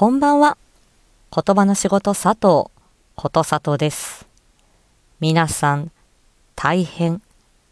こんばんは。言葉の仕事佐藤ことさとです。皆さん大変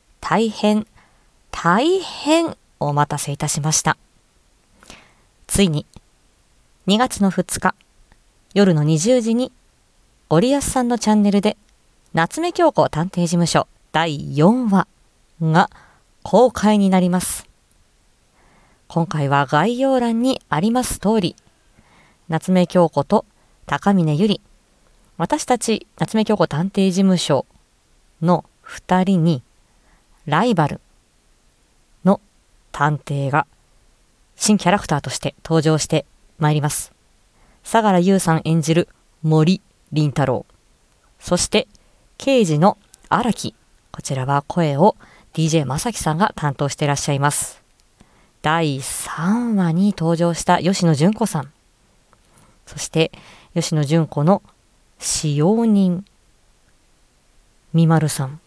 お待たせいたしました。ついに2月の2日夜の20時にゴリアスさんのチャンネルで夏目京子探偵事務所第4話が公開になります。今回は概要欄にあります通り、夏目京子と高峰由里、私たち夏目京子探偵事務所の2人にライバルの探偵が新キャラクターとして登場してまいります。相良優さん演じる森林太郎、そして刑事の荒木、こちらは声を DJ 正樹さんが担当していらっしゃいます。第3話に登場した吉野純子さん、そして吉野純子の使用人みまるさん、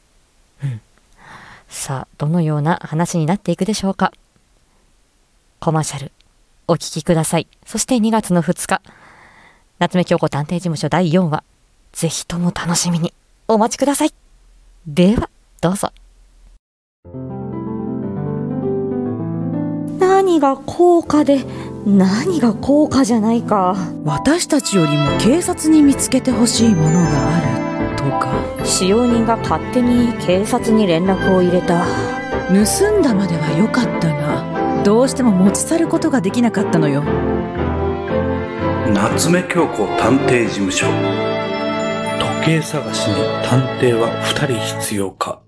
さあどのような話になっていくでしょうか。コマーシャルお聞きください。そして2月の2日夏目京子探偵事務所第4話、ぜひとも楽しみにお待ちください。ではどうぞ。何が高価で何が高価じゃないか。 私たちよりも警察に見つけてほしいものがあるとか。 使用人が勝手に警察に連絡を入れた。 盗んだまでは良かったが、どうしても持ち去ることができなかったのよ。 夏目京子探偵事務所。時計探しに探偵は2人必要か。